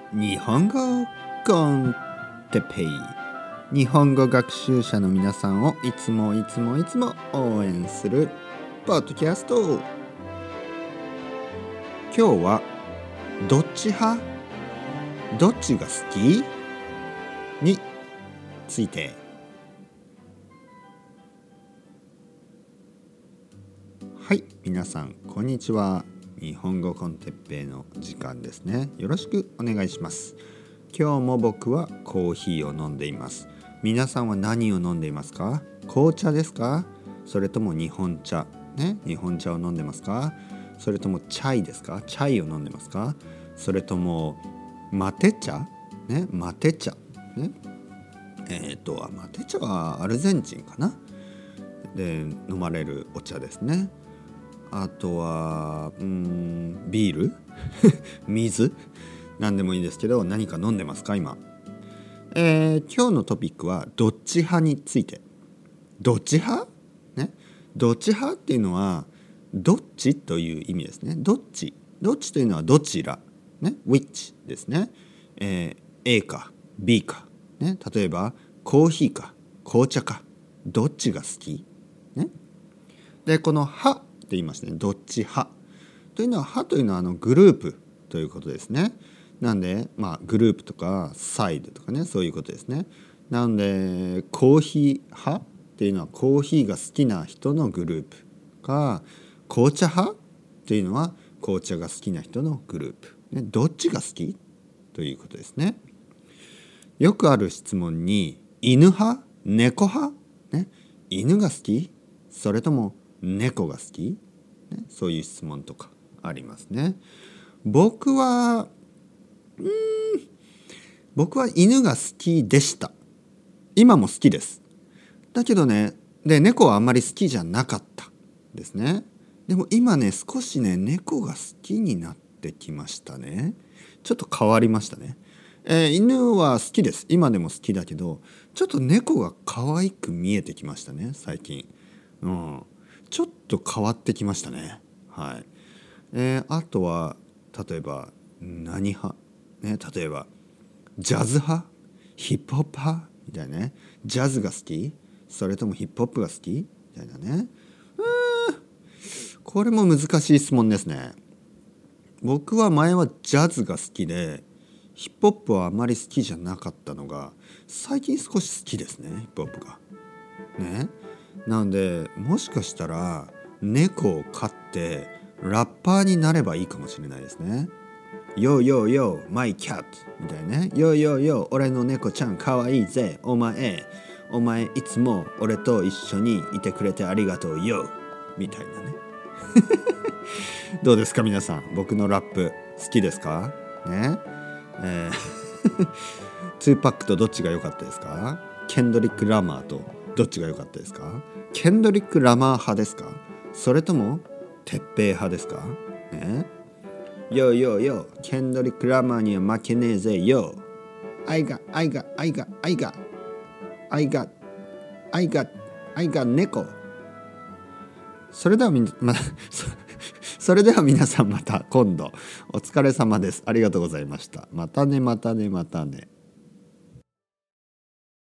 日本語コンテペイ。日本語学習者の皆さんをいつも応援するポッドキャスト。今日はどっち派？どっちが好き？について。はい、皆さんこんにちは。日本語コンテッペイの時間ですね。よろしくお願いします。今日も僕はコーヒーを飲んでいます。皆さんは何を飲んでいますか？紅茶ですか？それとも日本茶ね、日本茶を飲んでますか？それともチャイですか？チャイを飲んでますか？それともマテ茶ね、マテ茶ね、マテ茶はアルゼンチンかなで飲まれるお茶ですね。あとはビール水何でもいいですけど、何か飲んでますか今。今日のトピックはどっち派について。どっち派ね、どっち派っていうのはどっちという意味ですね。どっちというのはどちらね、which ですね。A か B かね、例えばコーヒーか紅茶か、どっちが好きね。でこの派って言いましたね。どっち派というのは、派というのはグループということですね。なんでグループとかサイドとかね、そういうことですね。なのでコーヒー派っていうのはコーヒーが好きな人のグループか、紅茶派っていうのは紅茶が好きな人のグループ、ね、どっちが好きということですね。よくある質問に犬派猫派、ね、犬が好きそれとも猫が好き、ね、そういう質問とかありますね。僕は犬が好きでした。今も好きです。だけどね、で猫はあんまり好きじゃなかったですね。でも今ね、少しね猫が好きになってきましたね。ちょっと変わりましたね。犬は好きです。今でも好きだけど、ちょっと猫が可愛く見えてきましたね最近。ちょっと変わってきましたね。はい。あとは例えば何派ね、例えばジャズ派ヒップホップ派みたいなね。ジャズが好きそれともヒップホップが好きみたいなね。これも難しい質問ですね。僕は前はジャズが好きで、ヒップホップはあまり好きじゃなかったのが、最近少し好きですね、ヒップホップがね。なのでもしかしたら猫を飼ってラッパーになればいいかもしれないですね。ヨーヨーヨーマイキャットみたいなね。ヨーヨーヨー俺の猫ちゃんかわいいぜ。お前いつも俺と一緒にいてくれてありがとうよみたいなねどうですか皆さん、僕のラップ好きですかね。2パックとどっちが良かったですか？ケンドリック・ラマーとどっちが良かったですか？ケンドリック・ラマー派ですか？それともテッペイ派ですかね。ヨーヨーヨーケンドリック・ラマーには負けねえぜよ。愛が猫。それではそれでは皆さんまた今度。お疲れ様です。ありがとうございました。またね。